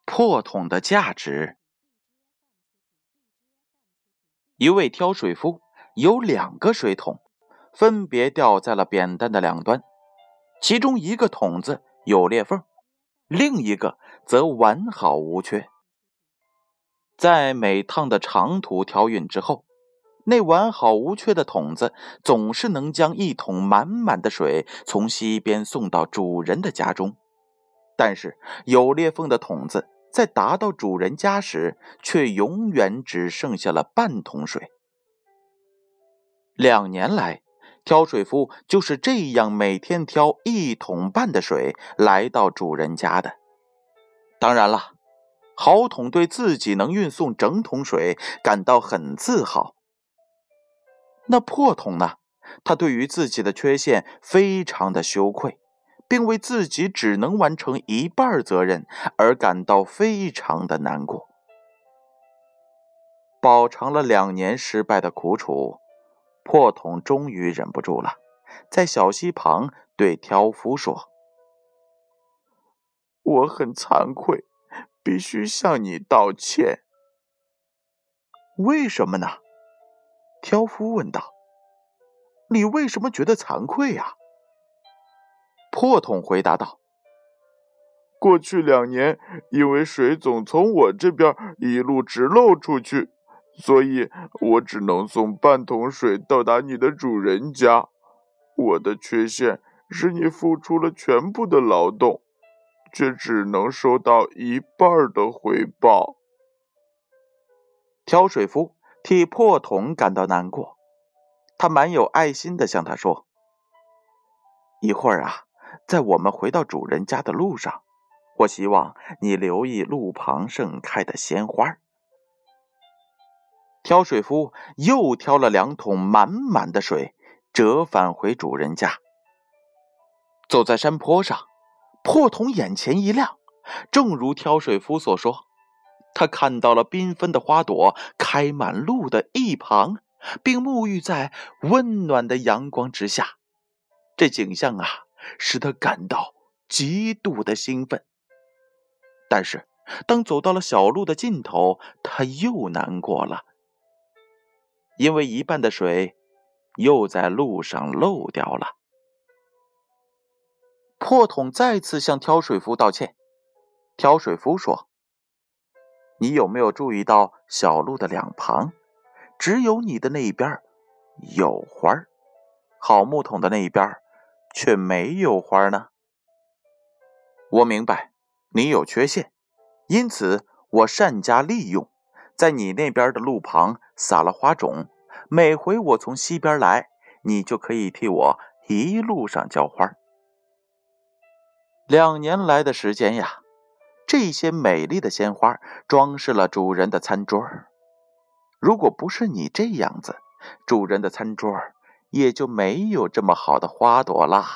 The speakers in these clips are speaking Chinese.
破桶的价值。一位挑水夫有2个水桶，分别吊在了扁担的两端，其中一个桶子有裂缝，另一个则完好无缺。在每趟的长途挑运之后，那完好无缺的桶子总是能将一桶满满的水从西边送到主人的家中，但是有裂缝的桶子在达到主人家时，却永远只剩下了半桶水。2年来，挑水夫就是这样每天挑1桶半的水来到主人家的。当然了，好桶对自己能运送整桶水感到很自豪。那破桶呢？他对于自己的缺陷非常的羞愧，并为自己只能完成1半责任而感到非常的难过。饱尝了2年失败的苦楚，破桶终于忍不住了，在小溪旁对挑夫说：“我很惭愧，必须向你道歉。”“为什么呢？”挑夫问道。“你为什么觉得惭愧呀？”破桶回答道：“ 过去2年，因为水总从我这边一路直漏出去，所以我只能送半桶水到达你的主人家。我的缺陷是你付出了全部的劳动，却只能收到1半的回报。” 挑水夫替破桶感到难过，他蛮有爱心地向他说：“一会儿啊，在我们回到主人家的路上，我希望你留意路旁盛开的鲜花。”挑水夫又挑了2桶满满的水，折返回主人家。走在山坡上，破桶眼前一亮，正如挑水夫所说，他看到了缤纷的花朵开满路的一旁，并沐浴在温暖的阳光之下。这景象啊，使他感到极度的兴奋。但是当走到了小路的尽头，他又难过了，因为1半的水又在路上漏掉了。破桶再次向挑水夫道歉。挑水夫说：“你有没有注意到小路的两旁，只有你的那一边有花，好木桶的那一边却没有花呢？”“我明白你有缺陷，因此我善加利用，在你那边的路旁撒了花种，每回我从西边来，你就可以替我一路上浇花。”2年来的时间呀，这些美丽的鲜花装饰了主人的餐桌。如果不是你这样子，主人的餐桌也就没有这么好的花朵啦。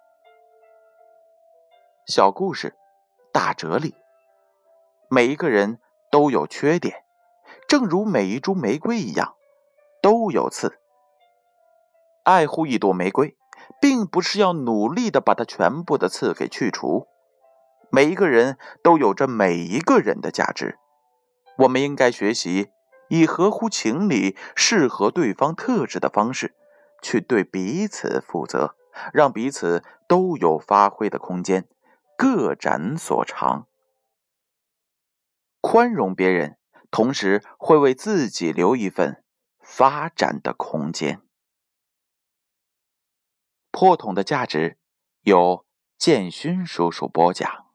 小故事，大哲理。每一个人都有缺点，正如每一株玫瑰一样，都有刺。爱护一朵玫瑰，并不是要努力地把它全部的刺给去除。每一个人都有着每一个人的价值，我们应该学习以合乎情理、适合对方特质的方式去对彼此负责，让彼此都有发挥的空间，各展所长。宽容别人，同时会为自己留一份发展的空间。破桶的价值由建勋叔叔播讲。